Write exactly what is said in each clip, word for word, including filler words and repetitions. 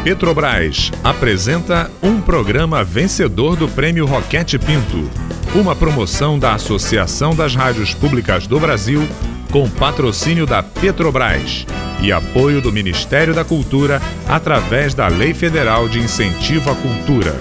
Petrobras apresenta um programa vencedor do Prêmio Roquete Pinto, uma promoção da Associação das Rádios Públicas do Brasil, com patrocínio da Petrobras e apoio do Ministério da Cultura através da Lei Federal de Incentivo à Cultura.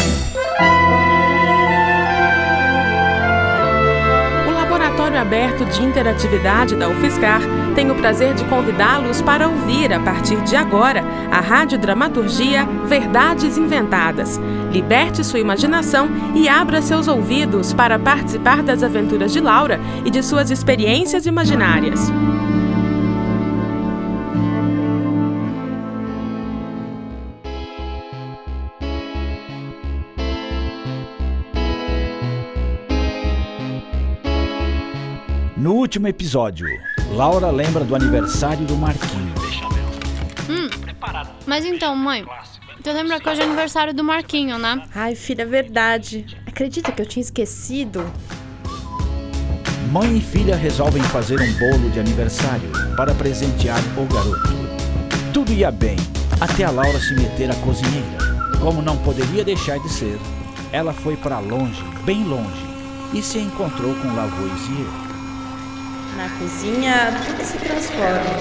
O Laboratório Aberto de Interatividade da UFSCar tem o prazer de convidá-los para ouvir, a partir de agora, a radiodramaturgia Verdades Inventadas. Liberte sua imaginação e abra seus ouvidos para participar das aventuras de Laura e de suas experiências imaginárias. No último episódio, Laura lembra do aniversário do Marquinho. Hum, mas então, mãe, tu lembra que hoje é aniversário do Marquinho, né? Ai, filha, é verdade. Acredita que eu tinha esquecido? Mãe e filha resolvem fazer um bolo de aniversário para presentear o garoto. Tudo ia bem, até a Laura se meter à cozinheira. Como não poderia deixar de ser, ela foi para longe, bem longe, e se encontrou com Lavoisier. Na cozinha, tudo se transforma.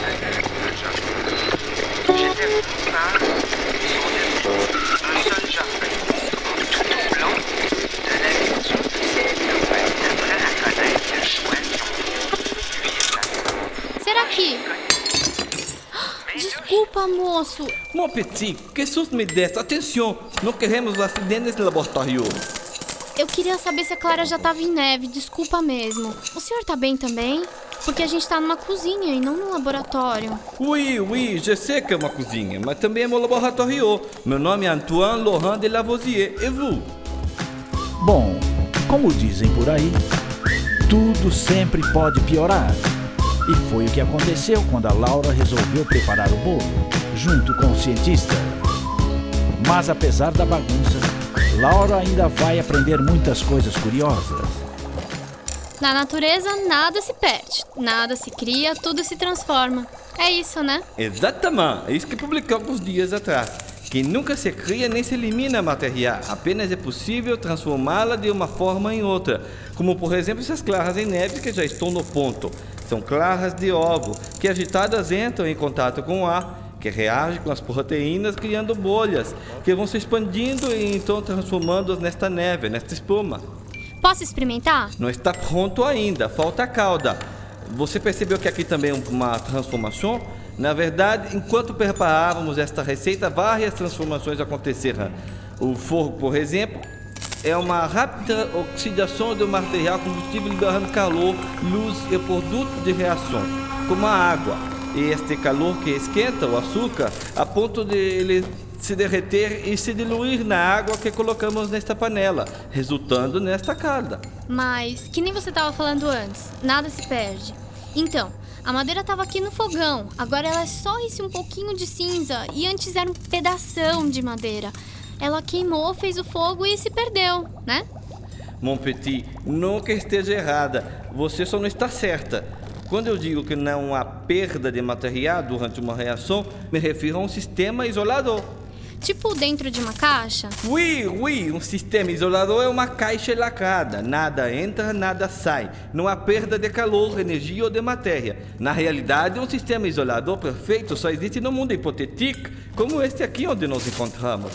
Será que... Desculpa, moço. Mon petit, que susto me desse. Atenção, não queremos acidentes no laboratório. Eu queria saber se a Clara já tava em neve, desculpa mesmo. O senhor tá bem também? Porque a gente tá numa cozinha e não num laboratório. Oui, oui, je sais que é uma cozinha, mas também é meu laboratório. Meu nome é Antoine Laurent de Lavoisier, e vous? Bom, como dizem por aí, tudo sempre pode piorar. E foi o que aconteceu quando a Laura resolveu preparar o bolo, junto com o cientista. Mas apesar da bagunça, Laura ainda vai aprender muitas coisas curiosas. Na natureza, nada se perde, nada se cria, tudo se transforma. É isso, né? Exatamente, é isso que publicou alguns dias atrás. Que nunca se cria nem se elimina material, apenas é possível transformá-la de uma forma em outra. Como, por exemplo, essas claras em neve que já estão no ponto. São claras de ovo, que agitadas entram em contato com o ar, que reage com as proteínas, criando bolhas, que vão se expandindo e então transformando-as nesta neve, nesta espuma. Posso experimentar? Não está pronto ainda, falta a calda. Você percebeu que aqui também é uma transformação? Na verdade, enquanto preparávamos esta receita, várias transformações aconteceram. O fogo, por exemplo, é uma rápida oxidação do material combustível liberando calor, luz e produto de reação, como a água. E este calor que esquenta o açúcar a ponto de ele se derreter e se diluir na água que colocamos nesta panela, resultando nesta calda. Mas, que nem você estava falando antes, nada se perde. Então, a madeira estava aqui no fogão, agora ela é só esse um pouquinho de cinza e antes era um pedação de madeira. Ela queimou, fez o fogo e se perdeu, né? Mon petit, nunca esteja errada, você só não está certa. Quando eu digo que não há perda de material durante uma reação, me refiro a um sistema isolador. Tipo dentro de uma caixa? Oui, oui, um sistema isolador é uma caixa lacrada. Nada entra, nada sai. Não há perda de calor, energia ou de matéria. Na realidade, um sistema isolador perfeito só existe no mundo hipotético, como este aqui onde nos encontramos.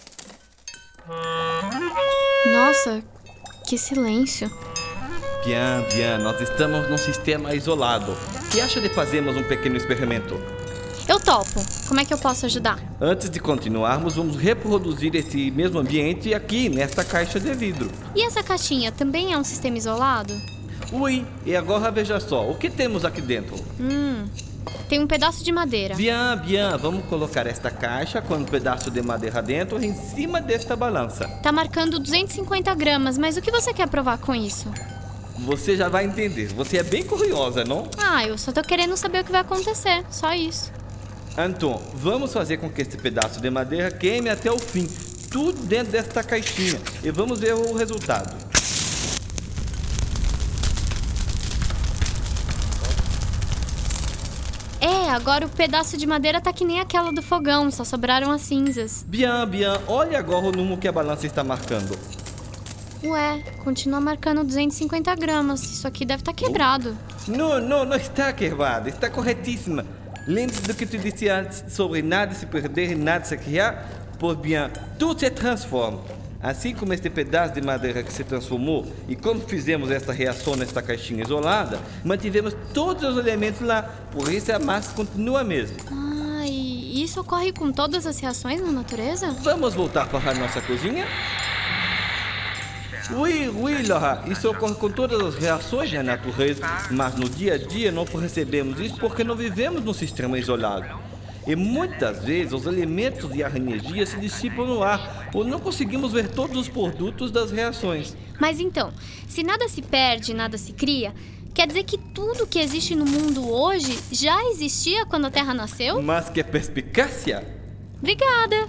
Nossa, que silêncio. Bien, bien, nós estamos num sistema isolado. O que acha de fazermos um pequeno experimento? Eu topo. Como é que eu posso ajudar? Antes de continuarmos, vamos reproduzir esse mesmo ambiente aqui, nesta caixa de vidro. E essa caixinha também é um sistema isolado? Ui, e agora veja só, o que temos aqui dentro? Hum, tem um pedaço de madeira. Bien, bien, vamos colocar esta caixa com um pedaço de madeira dentro em cima desta balança. Tá marcando duzentos e cinquenta gramas, mas o que você quer provar com isso? Você já vai entender, você é bem curiosa, não? Ah, eu só tô querendo saber o que vai acontecer, só isso. Então, vamos fazer com que este pedaço de madeira queime até o fim, tudo dentro desta caixinha, e vamos ver o resultado. agora o pedaço de madeira tá que nem aquela do fogão, só sobraram as cinzas. Bien, bien. Olha agora o número que a balança está marcando. Ué, continua marcando duzentos e cinquenta gramas. Isso aqui deve estar quebrado. Não, não, não está quebrado. Está corretíssima. Lembre-se do que tu disse antes sobre nada se perder e nada se criar? Pois bien, tudo se transforma. Assim como este pedaço de madeira que se transformou e como fizemos esta reação nesta caixinha isolada, mantivemos todos os elementos lá. Por isso a massa continua a mesma. Ah, e isso ocorre com todas as reações na natureza? Vamos voltar para a nossa cozinha? Oui, oui, Laura, isso ocorre com todas as reações na natureza, mas no dia a dia não percebemos isso porque não vivemos num sistema isolado. E muitas vezes os elementos e a energia se dissipam no ar, ou não conseguimos ver todos os produtos das reações. Mas então, se nada se perde, nada se cria, quer dizer que tudo que existe no mundo hoje já existia quando a Terra nasceu? Mas que perspicácia! Obrigada!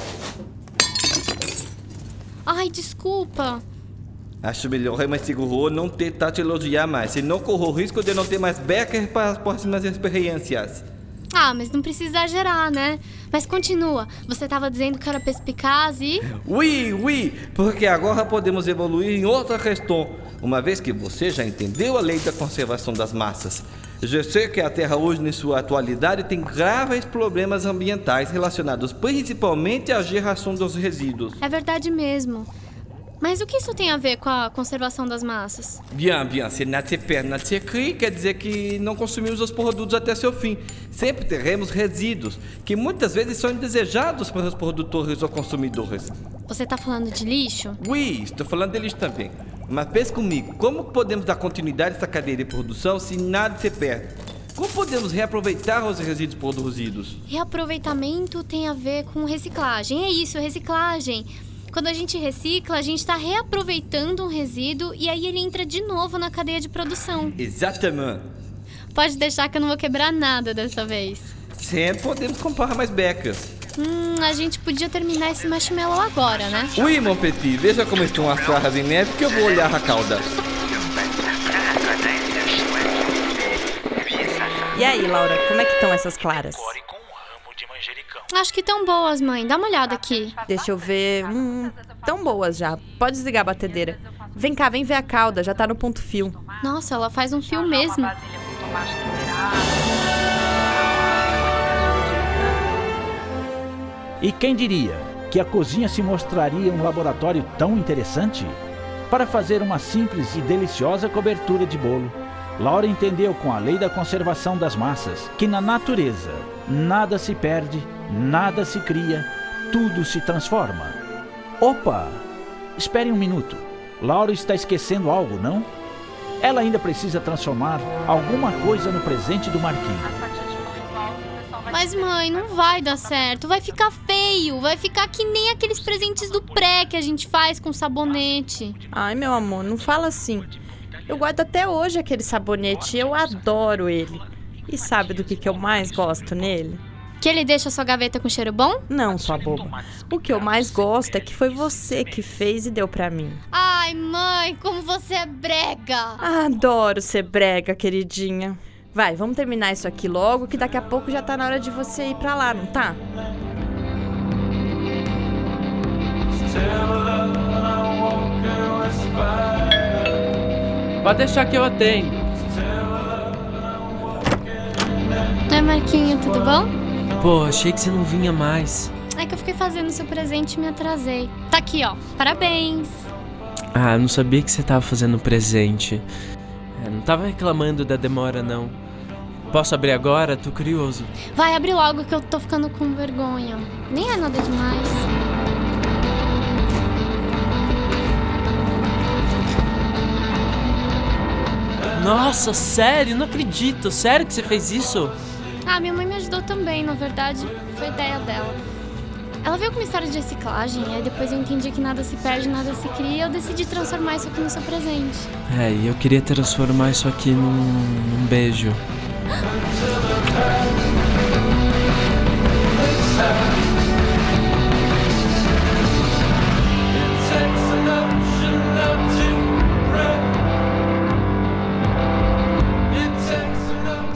Ai, desculpa. Acho melhor é mais seguro não tentar te elogiar mais, senão corro o risco de não ter mais Becker para as próximas experiências. Ah, mas não precisa exagerar, né? Mas continua, você estava dizendo que era perspicaz e... Oui, oui, porque agora podemos evoluir em outra questão, uma vez que você já entendeu a lei da conservação das massas. Eu sei que a Terra hoje, em sua atualidade, tem graves problemas ambientais relacionados principalmente à geração dos resíduos. É verdade mesmo. Mas o que isso tem a ver com a conservação das massas? Bien, bien, se nada se perde, nada se cria, quer dizer que não consumimos os produtos até seu fim. Sempre teremos resíduos, que muitas vezes são indesejados pelos produtores ou consumidores. Você está falando de lixo? Oui, estou falando de lixo também. Mas pense comigo, como podemos dar continuidade a essa cadeia de produção se nada se perde? Como podemos reaproveitar os resíduos produzidos? Reaproveitamento tem a ver com reciclagem. É isso, reciclagem. Quando a gente recicla, a gente está reaproveitando um resíduo e aí ele entra de novo na cadeia de produção. Exatamente. Pode deixar que eu não vou quebrar nada dessa vez. Sempre podemos comprar mais becas. Hum, a gente podia terminar esse marshmallow agora, né? Oui, mon petit, veja como estão as claras em neve que eu vou olhar a cauda. E aí, Laura, como é que estão essas claras? Acho que tão boas, mãe. Dá uma olhada aqui. Deixa eu ver. Hum, tão boas já. Pode desligar a batedeira. Vem cá, vem ver a cauda. Já tá no ponto fio. Nossa, ela faz um fio mesmo. E quem diria que a cozinha se mostraria um laboratório tão interessante? Para fazer uma simples e deliciosa cobertura de bolo, Laura entendeu com a lei da conservação das massas que na natureza nada se perde, nada se cria, tudo se transforma. Opa! Espere um minuto. Laura está esquecendo algo, não? Ela ainda precisa transformar alguma coisa no presente do Marquinhos. Mas, mãe, não vai dar certo. Vai ficar feio. Vai ficar que nem aqueles presentes do pré que a gente faz com sabonete. Ai, meu amor, não fala assim. Eu guardo até hoje aquele sabonete. Eu adoro ele. E sabe do que, que eu mais gosto nele? Que ele deixa sua gaveta com cheiro bom? Não, sua boba. O que eu mais gosto é que foi você que fez e deu pra mim. Ai, mãe, como você é brega. Adoro ser brega, queridinha. Vai, vamos terminar isso aqui logo, que daqui a pouco já tá na hora de você ir pra lá, não tá? Pode deixar que eu atendo. Oi, Marquinho, tudo bom? Pô, achei que você não vinha mais. É que eu fiquei fazendo seu presente e me atrasei. Tá aqui, ó. Parabéns. Ah, eu não sabia que você tava fazendo presente. É, não tava reclamando da demora, não. Posso abrir agora? Tô curioso. Vai, abre logo que eu tô ficando com vergonha. Nem é nada demais. Nossa, sério? Não acredito. Sério que você fez isso? Ah, minha mãe me ajudou também, na verdade. Foi ideia dela. Ela veio com uma história de reciclagem, aí depois eu entendi que nada se perde, nada se cria, e eu decidi transformar isso aqui no seu presente. É, e eu queria transformar isso aqui num, num beijo.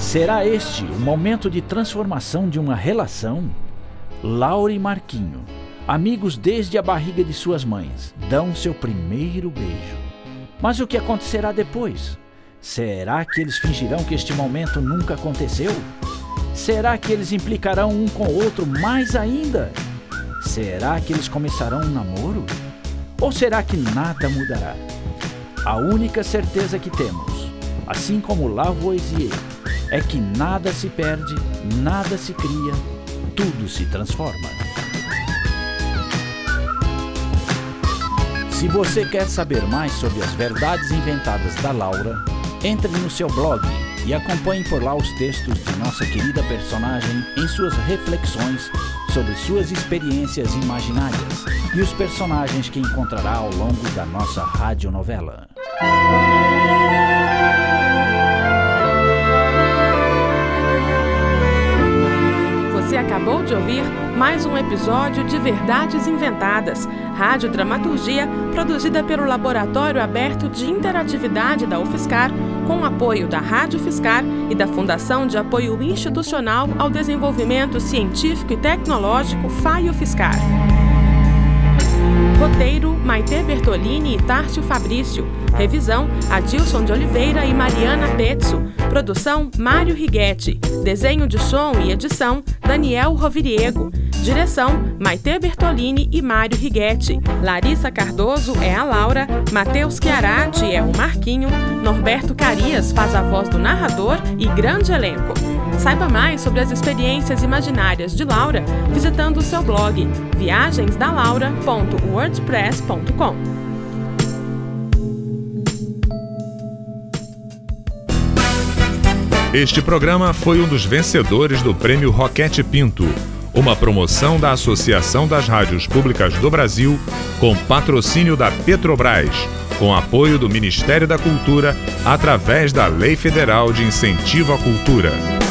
Será este o momento de transformação de uma relação? Laura e Marquinho, amigos desde a barriga de suas mães, dão seu primeiro beijo. Mas o que acontecerá depois? Será que eles fingirão que este momento nunca aconteceu? Será que eles implicarão um com o outro mais ainda? Será que eles começarão um namoro? Ou será que nada mudará? A única certeza que temos, assim como Lavoisier, é que nada se perde, nada se cria, tudo se transforma. Se você quer saber mais sobre as verdades inventadas da Laura, entre no seu blog e acompanhe por lá os textos de nossa querida personagem em suas reflexões sobre suas experiências imaginárias e os personagens que encontrará ao longo da nossa radionovela. Você acabou de ouvir mais um episódio de Verdades Inventadas, radiodramaturgia produzida pelo Laboratório Aberto de Interatividade da UFSCar, com apoio da Rádio Fiscar e da Fundação de Apoio Institucional ao Desenvolvimento Científico e Tecnológico FAI-UFSCar. Roteiro, Maite Bertolini e Tárcio Fabrício. Revisão, Adilson de Oliveira e Mariana Pezzo. Produção, Mário Righetti. Desenho de som e edição, Daniel Roviriego. Direção, Maite Bertolini e Mário Righetti. Larissa Cardoso é a Laura, Matheus Chiarati é o Marquinho, Norberto Carias faz a voz do narrador e grande elenco. Saiba mais sobre as experiências imaginárias de Laura visitando o seu blog viagens da laura ponto wordpress ponto com. Este programa foi um dos vencedores do Prêmio Roquete Pinto, uma promoção da Associação das Rádios Públicas do Brasil, com patrocínio da Petrobras, com apoio do Ministério da Cultura, através da Lei Federal de Incentivo à Cultura.